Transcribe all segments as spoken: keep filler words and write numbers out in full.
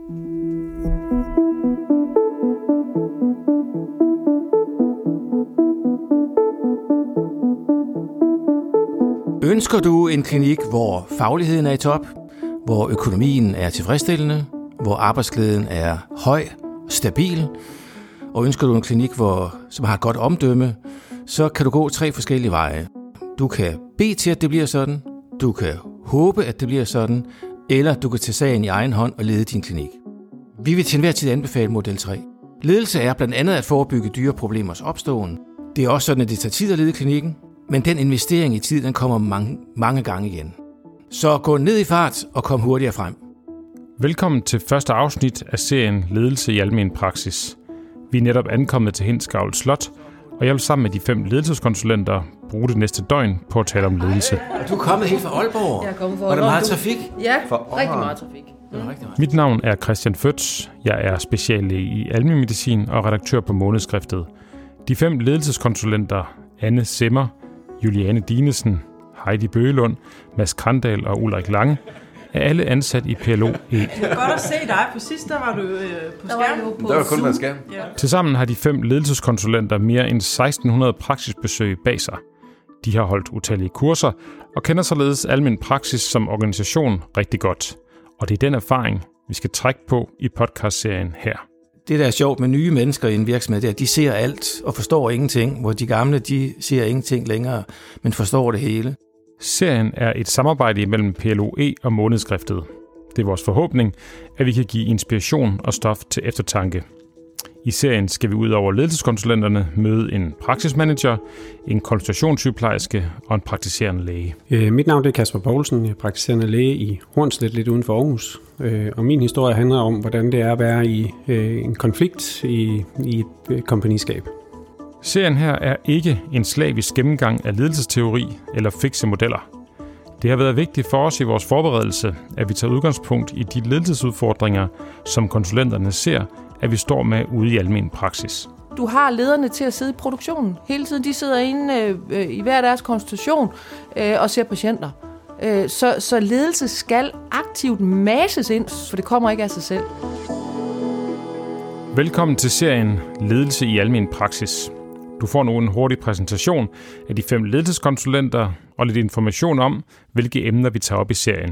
Ønsker du en klinik, hvor fagligheden er i top, hvor økonomien er tilfredsstillende, hvor arbejdsglæden er høj og stabil, og ønsker du en klinik, hvor, som har et godt omdømme, så kan du gå tre forskellige veje. Du kan bede til, at det bliver sådan, du kan håbe, at det bliver sådan, eller du kan tage sagen i egen hånd og lede din klinik. Vi vil til enhver tid anbefale model tre. Ledelse er blandt andet at forebygge dyre problemers opståen. Det er også sådan, at det tager tid at lede klinikken, men den investering i tid, den kommer mange, mange gange igen. Så gå ned i fart og kom hurtigere frem. Velkommen til første afsnit af serien Ledelse i almen praksis. Vi er netop ankommet til Hindsgavl Slot, og jeg vil sammen med de fem ledelseskonsulenter bruge det næste døgn på at tale om ledelse. Du er kommet helt fra Aalborg. Jeg er kommet fra Var der meget du... trafik? Ja, for rigtig meget trafik. Mm. Mit navn er Christian Føtz. Jeg er speciallæge i almenmedicin og redaktør på Månedskriftet. De fem ledelseskonsulenter, Anne Simmer, Juliane Dinesen, Heidi Bøgelund, Mads Krandal og Ulrik Lange, er alle ansat i P L O E. Det er godt at se dig, for sidst der var du øh, på skærmen. Der var kun på skærmen. Ja. Tilsammen har de fem ledelseskonsulenter mere end seksten hundrede praksisbesøg bag sig. De har holdt utallige kurser og kender således almen praksis som organisation rigtig godt. Og det er den erfaring, vi skal trække på i podcastserien her. Det, der er sjovt med nye mennesker i en virksomhed, det er, at de ser alt og forstår ingenting, hvor de gamle, de ser ingenting længere, men forstår det hele. Serien er et samarbejde mellem P L O E og Månedskriftet. Det er vores forhåbning, at vi kan give inspiration og stof til eftertanke. I serien skal vi ud over ledelseskonsulenterne møde en praksismanager, en konsultationssygeplejerske og en praktiserende læge. Øh, mit navn er Kasper Poulsen, jeg er praktiserende læge i Hornslet lidt uden for Aarhus. Øh, og min historie handler om, hvordan det er at være i øh, en konflikt i, i et kompagniskab. Serien her er ikke en slavisk gennemgang af ledelsesteori eller fikse modeller. Det har været vigtigt for os i vores forberedelse, at vi tager udgangspunkt i de ledelsesudfordringer, som konsulenterne ser, at vi står med ude i almen praksis. Du har lederne til at sidde i produktionen. Hele tiden de sidder inde øh, i hver deres konsultation øh, og ser patienter. Øh, så, så ledelse skal aktivt masses ind, for det kommer ikke af sig selv. Velkommen til serien Ledelse i almen praksis. Du får nu en hurtig præsentation af de fem ledelseskonsulenter og lidt information om, hvilke emner vi tager op i serien.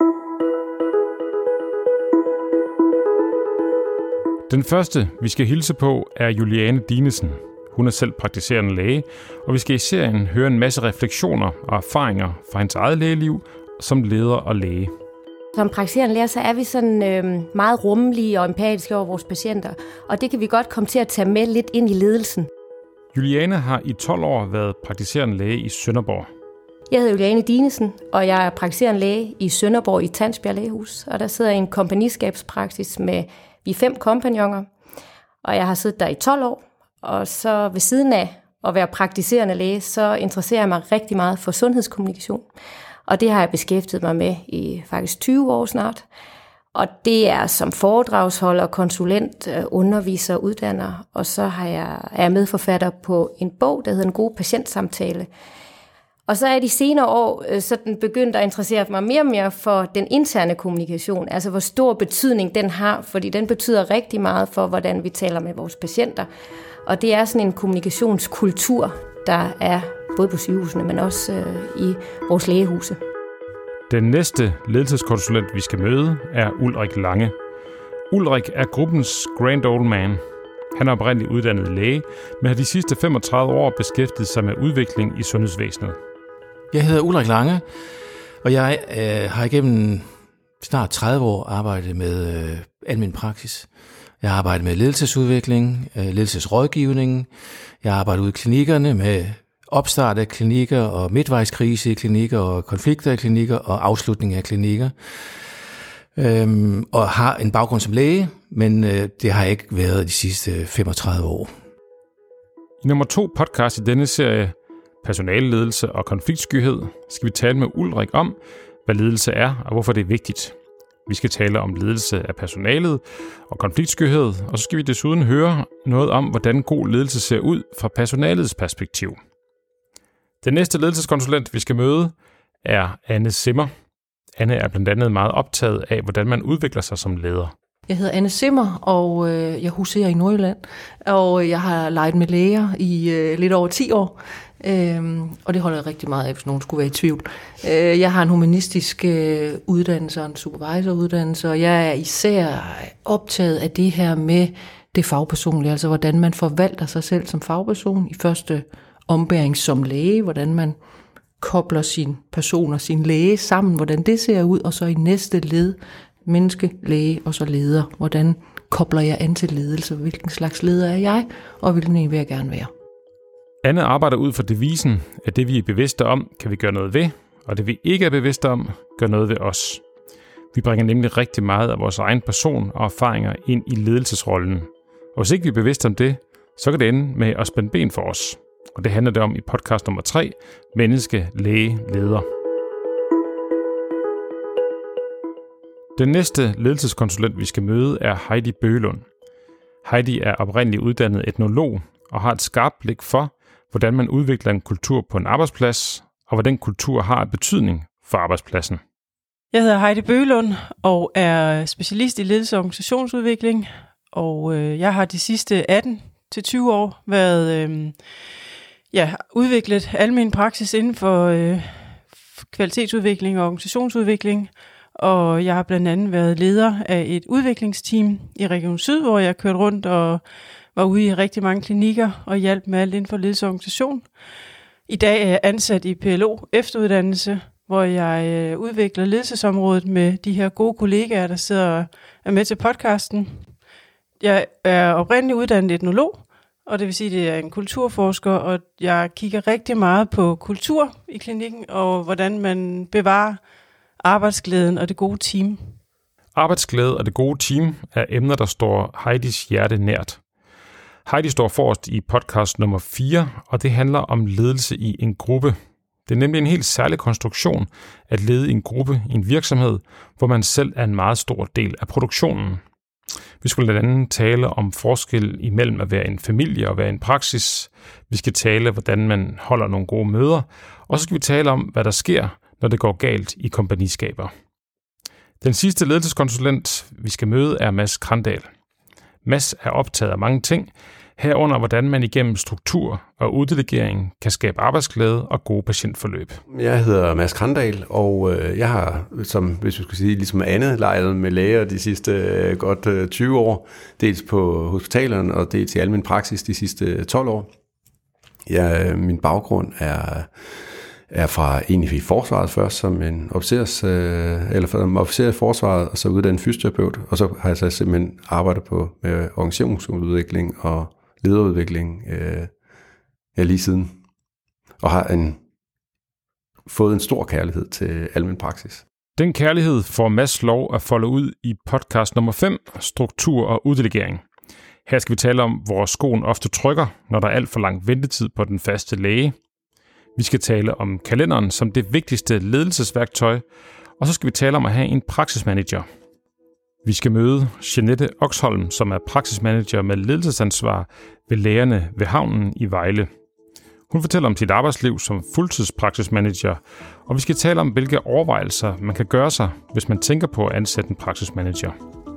Den første, vi skal hilse på, er Juliane Dinesen. Hun er selv praktiserende læge, og vi skal i serien høre en masse refleksioner og erfaringer fra hendes eget lægeliv som leder og læge. Som praktiserende læger, så er vi sådan øh, meget rummelige og empatiske over vores patienter, og det kan vi godt komme til at tage med lidt ind i ledelsen. Juliane har i tolv år været praktiserende læge i Sønderborg. Jeg hedder Juliane Dinesen, og jeg er praktiserende læge i Sønderborg i Tansbjerg Lægehus, og der sidder jeg i en kompagniskabspraksis med vi fem kompagnoner, og jeg har siddet der i tolv år, og så ved siden af at være praktiserende læge, så interesserer jeg mig rigtig meget for sundhedskommunikation, og det har jeg beskæftiget mig med i faktisk tyve år snart, og det er som foredragsholder, konsulent, underviser og uddanner, og så har jeg, er jeg medforfatter på en bog, der hedder En god patientsamtale. Og så er de senere år sådan begyndt at interessere mig mere og mere for den interne kommunikation, altså hvor stor betydning den har, fordi den betyder rigtig meget for, hvordan vi taler med vores patienter. Og det er sådan en kommunikationskultur, der er både på sygehusene, men også øh, i vores lægehuse. Den næste ledelseskonsulent, vi skal møde, er Ulrik Lange. Ulrik er gruppens grand old man. Han er oprindeligt uddannet læge, men har de sidste femogtredive år beskæftiget sig med udvikling i sundhedsvæsenet. Jeg hedder Ulrik Lange, og jeg øh, har igennem snart tredive år arbejdet med øh, almen praksis. Jeg har arbejdet med ledelsesudvikling, øh, ledelsesrådgivning. Jeg har arbejdet ude i klinikkerne med opstart af klinikker og midtvejskrise i klinikker og konflikter i klinikker og afslutning af klinikker. Øhm, og har en baggrund som læge, men øh, det har ikke været de sidste femogtredive år. I nummer to podcast i denne serie, Personaleledelse og konfliktskyhed, skal vi tale med Ulrik om, hvad ledelse er og hvorfor det er vigtigt. Vi skal tale om ledelse af personalet og konfliktskyhed, og så skal vi desuden høre noget om, hvordan god ledelse ser ud fra personalets perspektiv. Den næste ledelseskonsulent, vi skal møde, er Anne Simmer. Anne er blandt andet meget optaget af, hvordan man udvikler sig som leder. Jeg hedder Anne Simmer, og øh, jeg huserer i Nordjylland, og jeg har leget med læger i øh, lidt over ti år, øh, og det holder jeg rigtig meget af, hvis nogen skulle være i tvivl. Øh, jeg har en humanistisk øh, uddannelse og en supervisoruddannelse, og jeg er især optaget af det her med det fagpersonlige, altså hvordan man forvalter sig selv som fagperson i første ombæring som læge, hvordan man kobler sin person og sin læge sammen, hvordan det ser ud, og så i næste led, menneske, læge og så leder. Hvordan kobler jeg an til ledelse? Hvilken slags leder er jeg, og hvilken en vil jeg gerne være? Anne arbejder ud fra devisen, at det vi er bevidste om, kan vi gøre noget ved, og det vi ikke er bevidste om, gør noget ved os. Vi bringer nemlig rigtig meget af vores egen person og erfaringer ind i ledelsesrollen. Og hvis ikke vi er bevidste om det, så kan det ende med at spænde ben for os. Og det handler det om i podcast nummer tre, Menneske, Læge, Leder. Den næste ledelseskonsulent, vi skal møde, er Heidi Bøgelund. Heidi er oprindeligt uddannet etnolog og har et skarpt blik for, hvordan man udvikler en kultur på en arbejdsplads, og hvordan kultur har en betydning for arbejdspladsen. Jeg hedder Heidi Bøgelund og er specialist i ledelse og organisationsudvikling, og øh, jeg har de sidste atten til tyve år været øh, ja, udviklet almen praksis inden for øh, kvalitetsudvikling og organisationsudvikling. Og jeg har blandt andet været leder af et udviklingsteam i Region Syd, hvor jeg kørte rundt og var ude i rigtig mange klinikker og hjalp med alt inden for ledelse og organisation. I dag er jeg ansat i P L O efteruddannelse, hvor jeg udvikler ledelsesområdet med de her gode kollegaer, der sidder og er med til podcasten. Jeg er oprindeligt uddannet etnolog, og det vil sige, at det er en kulturforsker, og jeg kigger rigtig meget på kultur i klinikken, og hvordan man bevarer arbejdsglæden og det gode team. Arbejdsglæde og det gode team er emner, der står Heidis hjerte nært. Heidi står forrest i podcast nummer fire, og det handler om ledelse i en gruppe. Det er nemlig en helt særlig konstruktion at lede i en gruppe i en virksomhed, hvor man selv er en meget stor del af produktionen. Vi skulle blandt andet tale om forskel imellem at være en familie og være en praksis. Vi skal tale, hvordan man holder nogle gode møder, og så skal vi tale om, hvad der sker, når det går galt i kompagniskaber. Den sidste ledelseskonsulent, vi skal møde, er Mads Krandal. Mads er optaget af mange ting, herunder hvordan man igennem struktur og uddelegering kan skabe arbejdsglæde og gode patientforløb. Jeg hedder Mads Krandal, og jeg har, som hvis vi skulle sige, ligesom Anne, leget med læger de sidste godt tyve år, dels på hospitalerne og dels i almen praksis de sidste tolv år. Jeg, min baggrund er er fra egentlig i forsvaret først som en officers, øh, eller som officer i forsvaret, og så uddannet fysioterapeut, og så har jeg så simpelthen arbejdet på med organisationsudvikling og lederudvikling øh, ja, lige siden, og har en, fået en stor kærlighed til almen praksis. Den kærlighed får Mads lov at folde ud i podcast nummer fem, Struktur og uddelegering. Her skal vi tale om, hvor skoen ofte trykker, når der er alt for lang ventetid på den faste læge. Vi skal tale om kalenderen som det vigtigste ledelsesværktøj, og så skal vi tale om at have en praksismanager. Vi skal møde Jeanette Oxholm, som er praksismanager med ledelsesansvar ved lægerne ved havnen i Vejle. Hun fortæller om sit arbejdsliv som fuldtidspraksismanager, og vi skal tale om, hvilke overvejelser man kan gøre sig, hvis man tænker på at ansætte en praksismanager.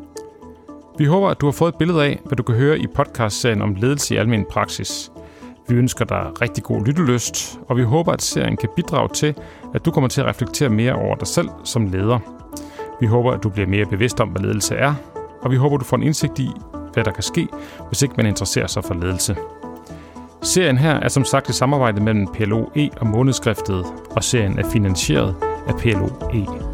Vi håber, at du har fået et billede af, hvad du kan høre i podcastserien om ledelse i almen praksis. Vi ønsker dig rigtig god lyttelyst, og vi håber, at serien kan bidrage til, at du kommer til at reflektere mere over dig selv som leder. Vi håber, at du bliver mere bevidst om, hvad ledelse er, og vi håber, at du får en indsigt i, hvad der kan ske, hvis ikke man interesserer sig for ledelse. Serien her er som sagt et samarbejde mellem P L O E og Månedskriftet, og serien er finansieret af P L O E.